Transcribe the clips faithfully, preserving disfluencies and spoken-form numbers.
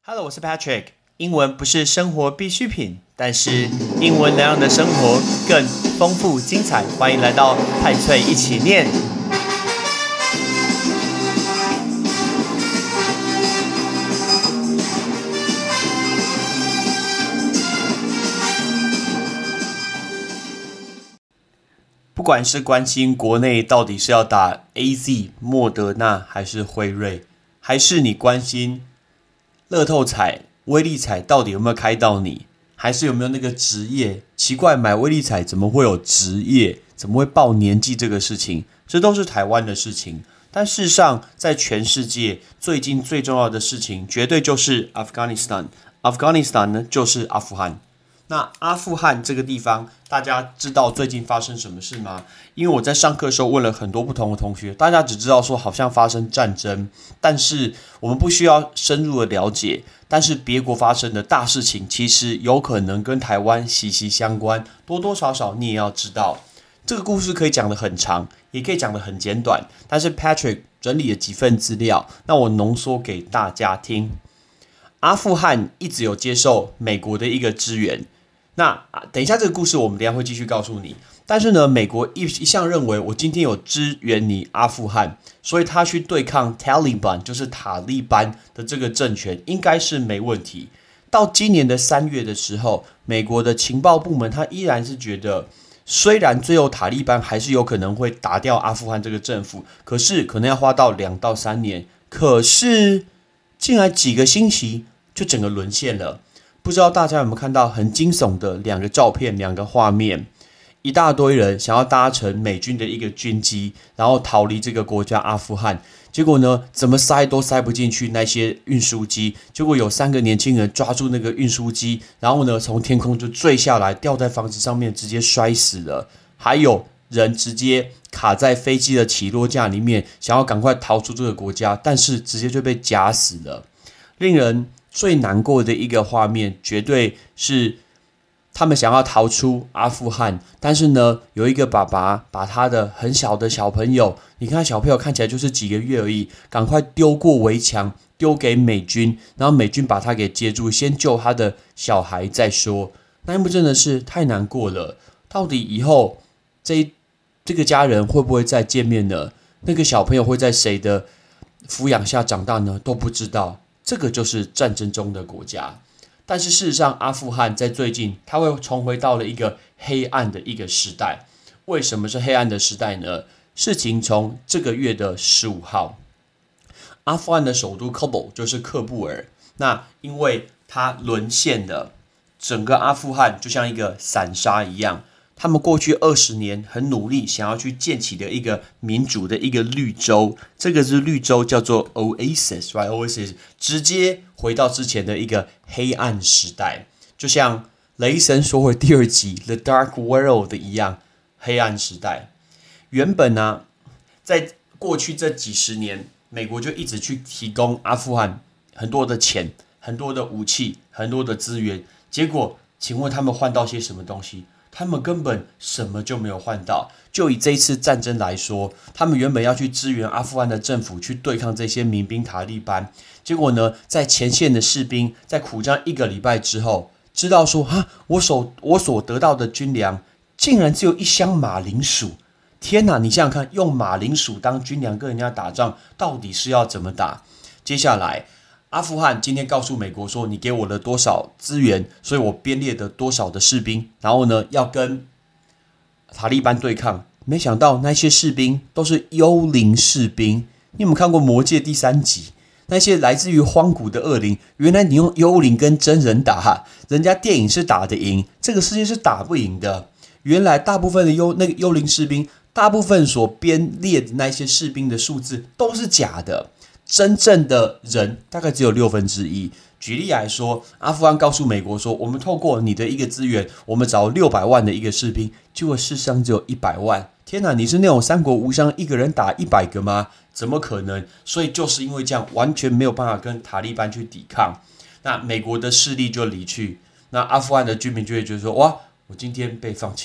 Hello， 我是 Patrick。英文不是生活必需品，但是英文能让你的生活更丰富精彩。欢迎来到派翠一起念。不管是关心国内到底是要打 A Z、莫德纳还是辉瑞，还是你关心乐透彩、威力彩到底有没有开到你，还是有没有那个职业？奇怪，买威力彩怎么会有职业？怎么会报年纪这个事情？这都是台湾的事情。但事实上，在全世界最近最重要的事情，绝对就是 Afghanistan。Afghanistan 呢，就是阿富汗。那阿富汗这个地方，大家知道最近发生什么事吗？因为我在上课的时候问了很多不同的同学，大家只知道说好像发生战争，但是我们不需要深入的了解。但是别国发生的大事情，其实有可能跟台湾息息相关，多多少少你也要知道。这个故事可以讲得很长，也可以讲得很简短，但是 Patrick 整理了几份资料，那我浓缩给大家听。阿富汗一直有接受美国的一个支援。那等一下这个故事我们等一下会继续告诉你，但是呢，美国 一, 一向认为我今天有支援你阿富汗，所以他去对抗 Taliban 就是塔利班的这个政权应该是没问题。到今年的三月的时候，美国的情报部门他依然是觉得，虽然最后塔利班还是有可能会打掉阿富汗这个政府，可是可能要花到两到三年，可是进来几个星期就整个沦陷了。不知道大家有没有看到很惊悚的两个照片、两个画面？一大堆人想要搭乘美军的一个军机，然后逃离这个国家阿富汗。结果呢，怎么塞都塞不进去那些运输机。结果有三个年轻人抓住那个运输机，然后呢，从天空就坠下来，掉在房子上面，直接摔死了。还有人直接卡在飞机的起落架里面，想要赶快逃出这个国家，但是直接就被夹死了。令人最难过的一个画面，绝对是他们想要逃出阿富汗，但是呢，有一个爸爸把他的很小的小朋友，你看小朋友看起来就是几个月而已，赶快丢过围墙，丢给美军，然后美军把他给接住，先救他的小孩再说。那一幕真的是太难过了。到底以后这这个家人会不会再见面呢？那个小朋友会在谁的抚养下长大呢？都不知道。这个就是战争中的国家。但是事实上，阿富汗在最近它会重回到了一个黑暗的一个时代。为什么是黑暗的时代呢？事情从这个月的十五号，阿富汗的首都喀布就是喀布尔，那因为它沦陷了，整个阿富汗就像一个散沙一样。他们过去二十年很努力想要去建起的一个民主的一个绿洲，这个是绿洲叫做 Oasis， right? Oasis 直接回到之前的一个黑暗时代，就像雷神索尔第二集 The Dark World 一样，黑暗时代。原本呢、啊，在过去这几十年，美国就一直去提供阿富汗很多的钱、很多的武器、很多的资源，结果请问他们换到些什么东西？他们根本什么就没有换到。就以这一次战争来说，他们原本要去支援阿富汗的政府去对抗这些民兵塔利班，结果呢，在前线的士兵在苦战一个礼拜之后，知道说哈，我所我所得到的军粮竟然只有一箱马铃薯。天哪，你想想看，用马铃薯当军粮跟人家打仗，到底是要怎么打？接下来阿富汗今天告诉美国说，你给我了多少资源，所以我编列的多少的士兵，然后呢要跟塔利班对抗。没想到那些士兵都是幽灵士兵。你有没有看过《魔戒》第三集？那些来自于荒古的恶灵，原来你用幽灵跟真人打，人家电影是打得赢，这个世界是打不赢的。原来大部分的幽那个幽灵士兵，大部分所编列的那些士兵的数字都是假的。真正的人大概只有六分之一。举例来说，阿富汗告诉美国说，我们透过你的一个资源，我们找六百万的一个士兵，结果事实上只有一百万。天哪，你是那种三国无双一个人打一百个吗？怎么可能？所以就是因为这样，完全没有办法跟塔利班去抵抗。那美国的势力就离去，那阿富汗的居民就会觉得说，哇，我今天被放弃了，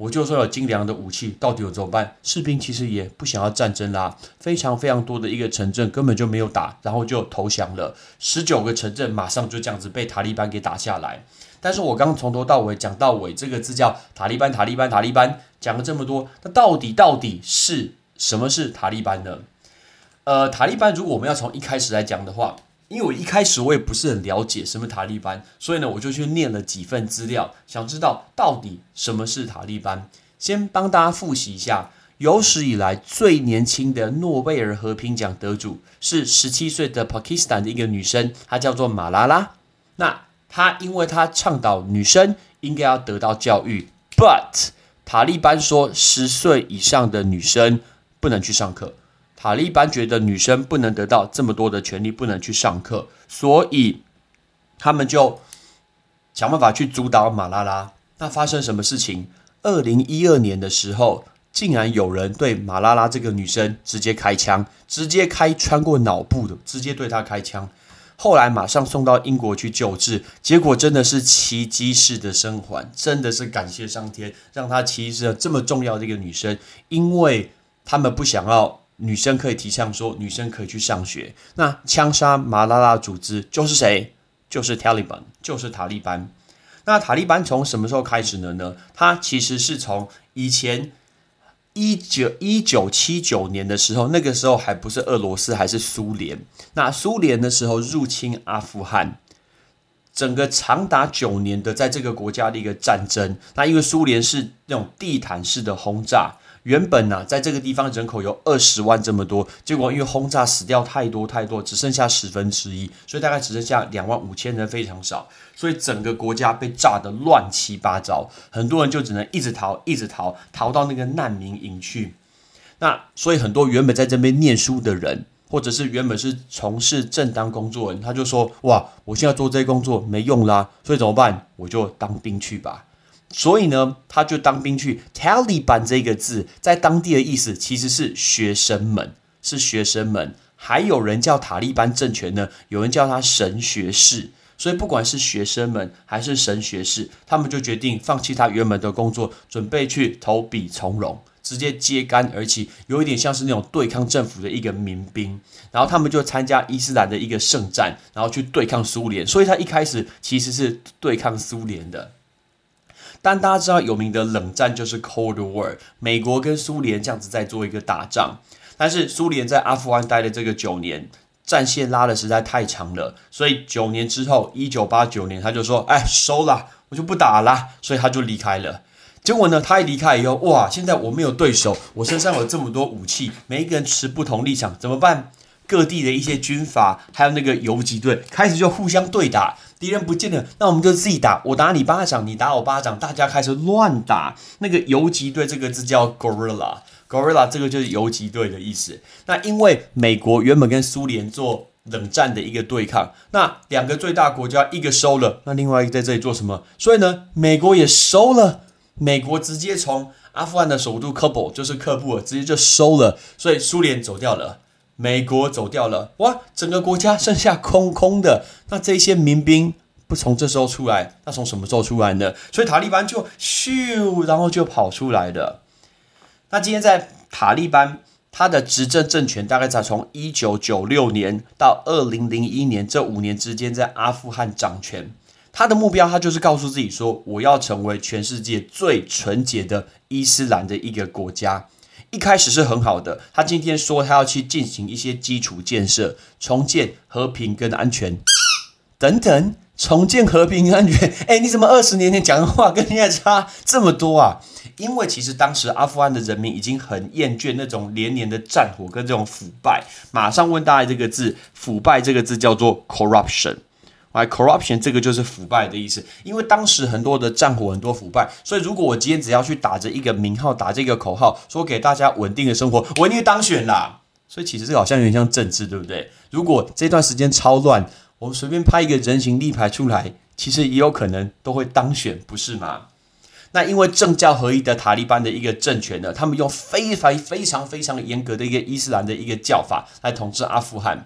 我就算有精良的武器，到底有怎么办？士兵其实也不想要战争啦，非常非常多的一个城镇根本就没有打，然后就投降了。十九个城镇马上就这样子被塔利班给打下来。但是我刚从头到尾讲到尾，这个字叫塔利班，塔利班，塔利班，讲了这么多，那到底到底是什么是塔利班呢？呃，塔利班如果我们要从一开始来讲的话，因为我一开始我也不是很了解什么塔利班，所以呢，我就去念了几份资料，想知道到底什么是塔利班。先帮大家复习一下，有史以来最年轻的诺贝尔和平奖得主是十七岁的巴基斯坦的一个女生，她叫做马拉拉。那她因为她倡导女生应该要得到教育 ，but 塔利班说十岁以上的女生不能去上课。塔利班觉得女生不能得到这么多的权利，不能去上课，所以他们就想办法去阻挡马拉拉。那发生什么事情？二零一二年的时候，竟然有人对马拉拉这个女生直接开枪，直接开穿过脑部的，直接对她开枪。后来马上送到英国去救治，结果真的是奇迹式的生还，真的是感谢上天，让她其实这么重要的一个女生，因为他们不想要女生可以提倡说女生可以去上学。那枪杀马拉拉组织就是谁？就是 Taliban， 就是塔利班。那塔利班从什么时候开始的呢？它其实是从以前一九七九年的时候，那个时候还不是俄罗斯，还是苏联。那苏联的时候入侵阿富汗，整个长达九年的在这个国家的一个战争。那因为苏联是那种地毯式的轰炸，原本啊，在这个地方人口有二十万这么多，结果因为轰炸死掉太多太多，只剩下十分之一，所以大概只剩下两万五千人，非常少。所以整个国家被炸得乱七八糟，很多人就只能一直逃，一直逃，逃到那个难民营去。那所以很多原本在这边念书的人，或者是原本是从事正当工作的人，他就说：哇，我现在做这些工作没用啦，所以怎么办？我就当兵去吧。所以呢，他就当兵去。Taliban 这个字在当地的意思其实是学生们，是学生们。还有人叫塔利班政权呢，有人叫他神学士。所以不管是学生们还是神学士，他们就决定放弃他原本的工作，准备去投笔从戎，直接揭竿而起，有一点像是那种对抗政府的一个民兵。然后他们就参加伊斯兰的一个圣战，然后去对抗苏联。所以他一开始其实是对抗苏联的。但大家知道有名的冷战就是 Cold War， 美国跟苏联这样子在做一个打仗。但是苏联在阿富汗待的这个九年，战线拉的实在太长了，所以九年之后一九八九年他就说：哎，收了，我就不打了，所以他就离开了。结果呢，他一离开以后，哇，现在我没有对手，我身上有这么多武器，每一个人持不同立场，怎么办？各地的一些军阀还有那个游击队开始就互相对打，敌人不见了，那我们就自己打，我打你巴掌，你打我巴掌，大家开始乱打。那个游击队这个字叫 Guerrilla， Guerrilla 这个就是游击队的意思。那因为美国原本跟苏联做冷战的一个对抗，那两个最大国家一个收了，那另外一个在这里做什么？所以呢，美国也收了，美国直接从阿富汗的首都喀布尔，就是喀布尔，直接就收了，所以苏联走掉了。美国走掉了，哇，整个国家剩下空空的。那这些民兵不从这时候出来，那从什么时候出来呢？所以塔利班就咻，然后就跑出来了。那今天在塔利班，他的执政政权大概在从一九九六年到二零零一年这五年之间，在阿富汗掌权。他的目标，他就是告诉自己说，我要成为全世界最纯洁的伊斯兰的一个国家。一开始是很好的，他今天说他要去进行一些基础建设，重建和平跟安全等等，重建和平跟安全。哎，你怎么二十年前讲的话跟现在差这么多啊？因为其实当时阿富汗的人民已经很厌倦那种连年的战火跟这种腐败。马上问大家这个字，腐败这个字叫做 corruption。Right, corruption 这个就是腐败的意思，因为当时很多的战火，很多腐败，所以如果我今天只要去打着一个名号，打这个口号，说给大家稳定的生活，我一定会当选啦。所以其实这个好像有点像政治，对不对？如果这段时间超乱，我们随便拍一个人形立牌出来，其实也有可能都会当选，不是吗？那因为政教合一的塔利班的一个政权呢，他们用非常非常非常严格的一个伊斯兰的一个教法来统治阿富汗。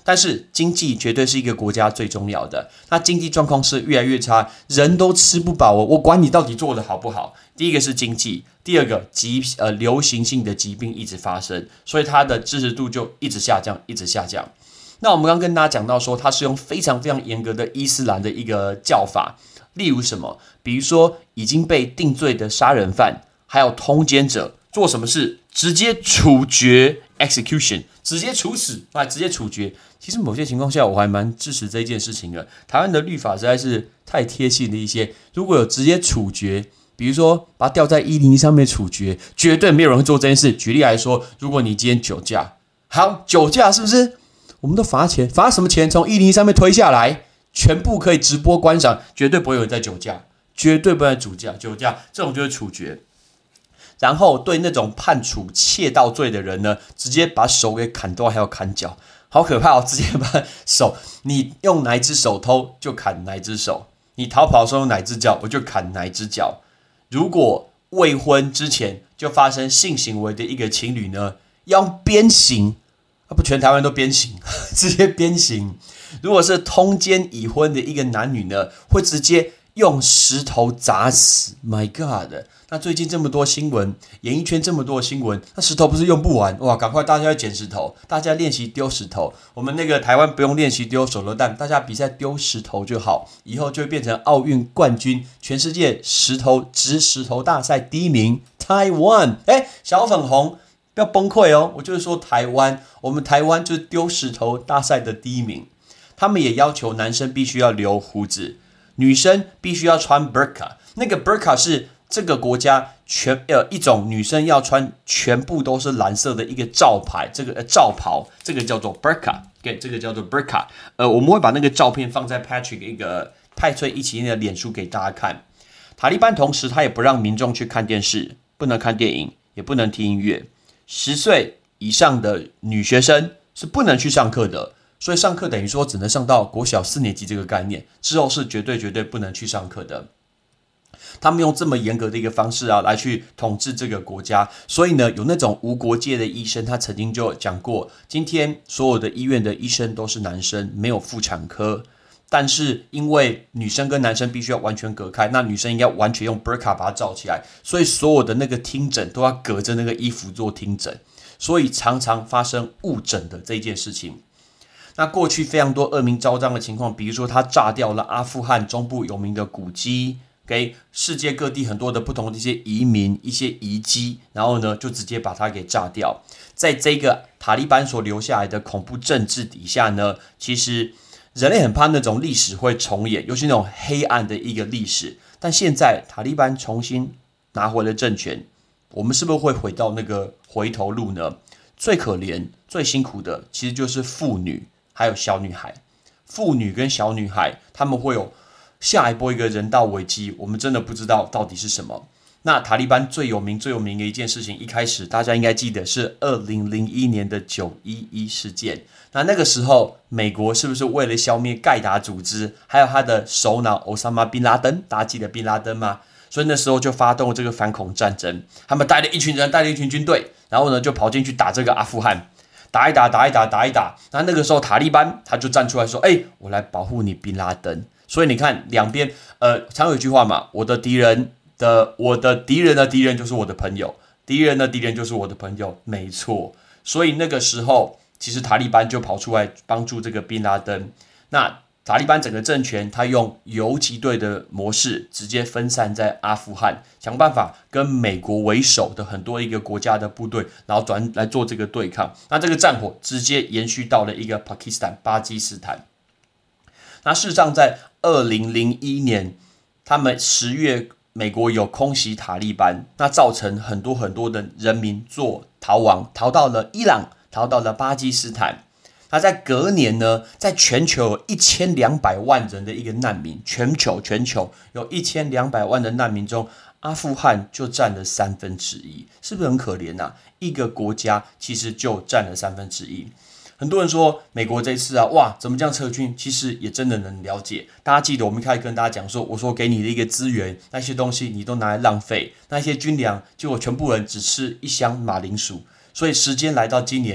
但是经济绝对是一个国家最重要的。那经济状况是越来越差，人都吃不饱哦，我管你到底做的好不好。第一个是经济，第二个疾呃流行性的疾病一直发生，所以它的支持度就一直下降，一直下降。那我们刚刚跟大家讲到说，它是用非常非常严格的伊斯兰的一个教法，例如什么，比如说已经被定罪的杀人犯，还有通奸者，做什么事直接处决 execution， 直接处死啊，直接处决。其实某些情况下，我还蛮支持这件事情的。台湾的律法实在是太贴心的一些，如果有直接处决，比如说把它吊在一零一上面处决，绝对没有人会做这件事。举例来说，如果你今天酒驾，好，酒驾是不是？我们都罚钱，罚什么钱？从一零一上面推下来，全部可以直播观赏，绝对不会有人在酒驾，绝对不会酒驾，酒驾这种就是处决。然后对那种判处窃盗罪的人呢，直接把手给砍断，还要砍脚。好可怕哦！直接把手，你用哪一只手偷就砍哪一只手，你逃跑的时候用哪一只脚，我就砍哪一只脚。如果未婚之前就发生性行为的一个情侣呢，要鞭刑，啊不，全台湾都鞭刑，直接鞭刑。如果是通奸已婚的一个男女呢，会直接用石头砸死。My God！ 那最近这么多新闻，演艺圈这么多新闻，那石头不是用不完哇！赶快大家要捡石头，大家练习丢石头。我们那个台湾不用练习丢手榴弹，大家比赛丢石头就好，以后就会变成奥运冠军，全世界石头掷石头大赛第一名，台湾。哎，小粉红不要崩溃哦！我就是说台湾，我们台湾就是丢石头大赛的第一名。他们也要求男生必须要留胡子，女生必须要穿 burqa。那个 burqa 是这个国家全呃一种女生要穿全部都是蓝色的一个罩牌，这个呃罩袍，这个叫做 burqa， 对，这个叫做 burqa。呃，我们会把那个照片放在 Patrick 一个派翠一起的脸书给大家看。塔利班同时他也不让民众去看电视，不能看电影，也不能听音乐。十岁以上的女学生是不能去上课的。所以上课等于说只能上到国小四年级这个概念，之后是绝对绝对不能去上课的。他们用这么严格的一个方式啊，来去统治这个国家。所以呢，有那种无国界的医生，他曾经就讲过，今天所有的医院的医生都是男生，没有妇产科。但是因为女生跟男生必须要完全隔开，那女生应该完全用 burqa 把它罩起来，所以所有的那个听诊都要隔着那个衣服做听诊，所以常常发生误诊的这一件事情。那过去非常多恶名昭彰的情况，比如说他炸掉了阿富汗中部有名的古迹，给世界各地很多的不同的一些移民、一些遗迹，然后呢就直接把它给炸掉。在这个塔利班所留下来的恐怖政治底下呢，其实人类很怕那种历史会重演，尤其那种黑暗的一个历史。但现在塔利班重新拿回了政权，我们是不是会回到那个回头路呢？最可怜、最辛苦的其实就是妇女。还有小女孩，妇女跟小女孩，他们会有下一波一个人道危机，我们真的不知道到底是什么。那塔利班最有名、最有名的一件事情，一开始大家应该记得是二零零一年的九一一事件。那那个时候，美国是不是为了消灭盖达组织，还有他的首脑欧萨马宾拉登，大家记得宾拉登吗？所以那时候就发动了这个反恐战争，他们带了一群人，带了一群军队，然后呢就跑进去打这个阿富汗。打一打，打一打，打一打。那那个时候，塔利班他就站出来说：“哎、欸，我来保护你，宾拉登。”所以你看，两边呃，常有一句话嘛，我的敌人的，我的敌人的敌人就是我的朋友，敌人的敌人就是我的朋友，没错。所以那个时候，其实塔利班就跑出来帮助这个宾拉登。那塔利班整个政权，他用游击队的模式，直接分散在阿富汗，想办法跟美国为首的很多一个国家的部队，然后转来做这个对抗。那这个战火直接延续到了一个巴基斯坦，巴基斯坦。那事实上，在二零零一年，他们十月，美国有空袭塔利班，那造成很多很多的人民做逃亡，逃到了伊朗，逃到了巴基斯坦。那在隔年呢，在全球有一千两百万人的一个难民，全球全球有一千两百万的难民中，阿富汗就占了三分之一，是不是很可怜啊？一个国家其实就占了三分之一。很多人说美国这一次啊，哇，怎么这样撤军？其实也真的能了解。大家记得我们一开始跟大家讲说，我说给你的一个资源，那些东西你都拿来浪费，那些军粮结果全部人只吃一箱马铃薯。所以时间来到今年，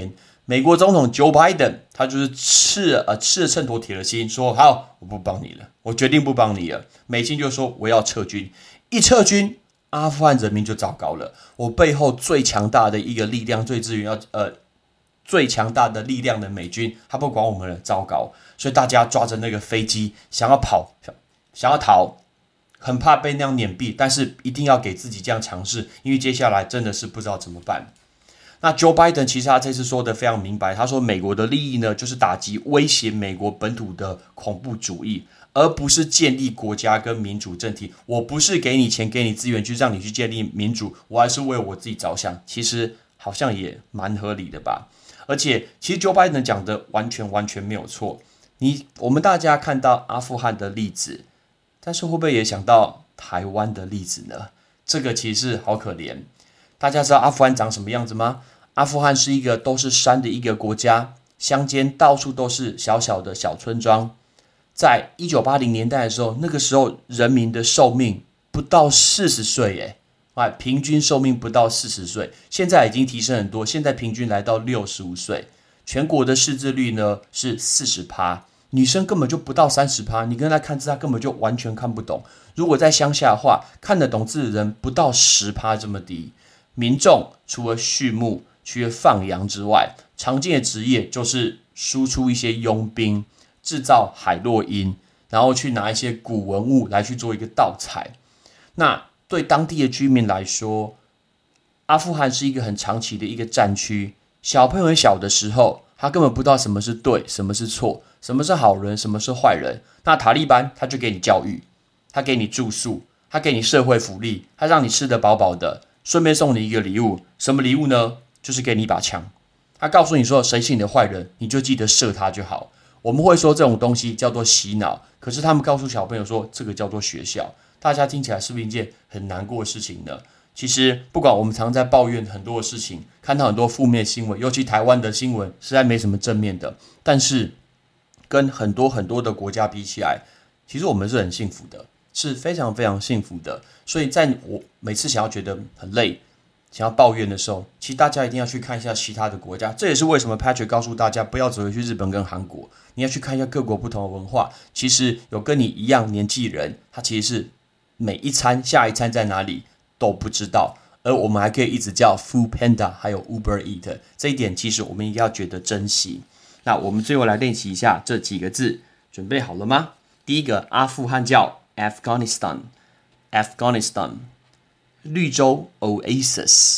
美国总统 Joe Biden 他就是吃了呃吃了秤砣铁了心，说好我不帮你了，我决定不帮你了。美军就说我要撤军，一撤军，阿富汗人民就糟糕了。我背后最强大的一个力量、最资源要呃最强大的力量的美军，他不管我们了，糟糕。所以大家抓着那个飞机想要跑，想要逃，很怕被那样碾毙，但是一定要给自己这样尝试，因为接下来真的是不知道怎么办。那 Joe Biden 其实他这次说的非常明白，他说美国的利益呢，就是打击威胁美国本土的恐怖主义，而不是建立国家跟民主政体。我不是给你钱给你资源去让你去建立民主，我还是为我自己着想。其实好像也蛮合理的吧。而且其实 Joe Biden 讲的完全完全没有错。你我们大家看到阿富汗的例子，但是会不会也想到台湾的例子呢？这个其实好可怜。大家知道阿富汗长什么样子吗？阿富汗是一个都是山的一个国家，乡间到处都是小小的小村庄。在一九八零年代的时候，那个时候人民的寿命不到四十岁耶，哎，平均寿命不到四十岁。现在已经提升很多，现在平均来到六十五岁。全国的识字率呢是 百分之四十， 女生根本就不到 百分之三十， 你跟她看字她根本就完全看不懂。如果在乡下的话，看得懂字的人不到 百分之十 这么低。民众除了畜牧除了放羊之外，常见的职业就是输出一些佣兵，制造海洛因，然后去拿一些古文物来去做一个盗采。那对当地的居民来说，阿富汗是一个很长期的一个战区。小朋友小的时候，他根本不知道什么是对，什么是错，什么是好人，什么是坏人。那塔利班他就给你教育，他给你住宿，他给你社会福利，他让你吃得饱饱的，顺便送你一个礼物。什么礼物呢？就是给你一把枪。他告诉你说谁是你的坏人，你就记得射他就好。我们会说这种东西叫做洗脑，可是他们告诉小朋友说这个叫做学校。大家听起来是不是一件很难过的事情呢？其实不管我们常在抱怨很多的事情，看到很多负面新闻，尤其台湾的新闻实在没什么正面的，但是跟很多很多的国家比起来，其实我们是很幸福的，是非常非常幸福的。所以在我每次想要觉得很累，想要抱怨的时候，其实大家一定要去看一下其他的国家。这也是为什么 Patrick 告诉大家不要只回去日本跟韩国，你要去看一下各国不同的文化。其实有跟你一样年纪人，他其实是每一餐下一餐在哪里都不知道，而我们还可以一直叫 Food Panda 还有 Uber Eat， 这一点其实我们一定要觉得珍惜。那我们最后来练习一下这几个字，准备好了吗？第一个，阿富汗叫 Afghanistan Afghanistan， 绿洲 Oasis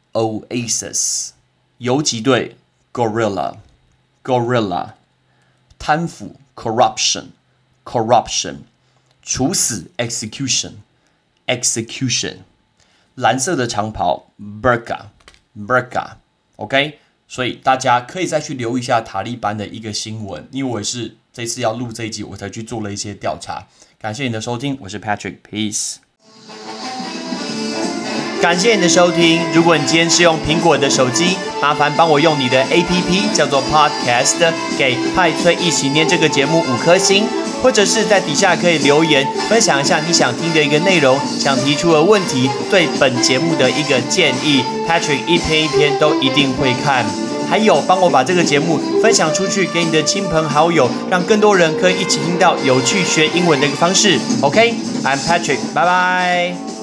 Oasis， 游击队 Gorilla Gorilla， 贪腐 Corruption Corruption， 处死 Execution Execution， 蓝色的长袍 Burqa Burqa OK， 所以大家可以再去留意一下塔利班的一个新闻，因为我也是这次要录这一集我才去做了一些调查。感谢你的收听，我是 Patrick Peace。感谢你的收听，如果你今天是用苹果的手机，麻烦帮我用你的 A P P 叫做 Podcast 给派翠一起念这个节目五颗星，或者是在底下可以留言分享一下你想听的一个内容，想提出的问题，对本节目的一个建议， Patrick 一篇一篇都一定会看。还有帮我把这个节目分享出去给你的亲朋好友，让更多人可以一起听到有趣学英文的一个方式。 OK， I'm Patrick， 拜拜。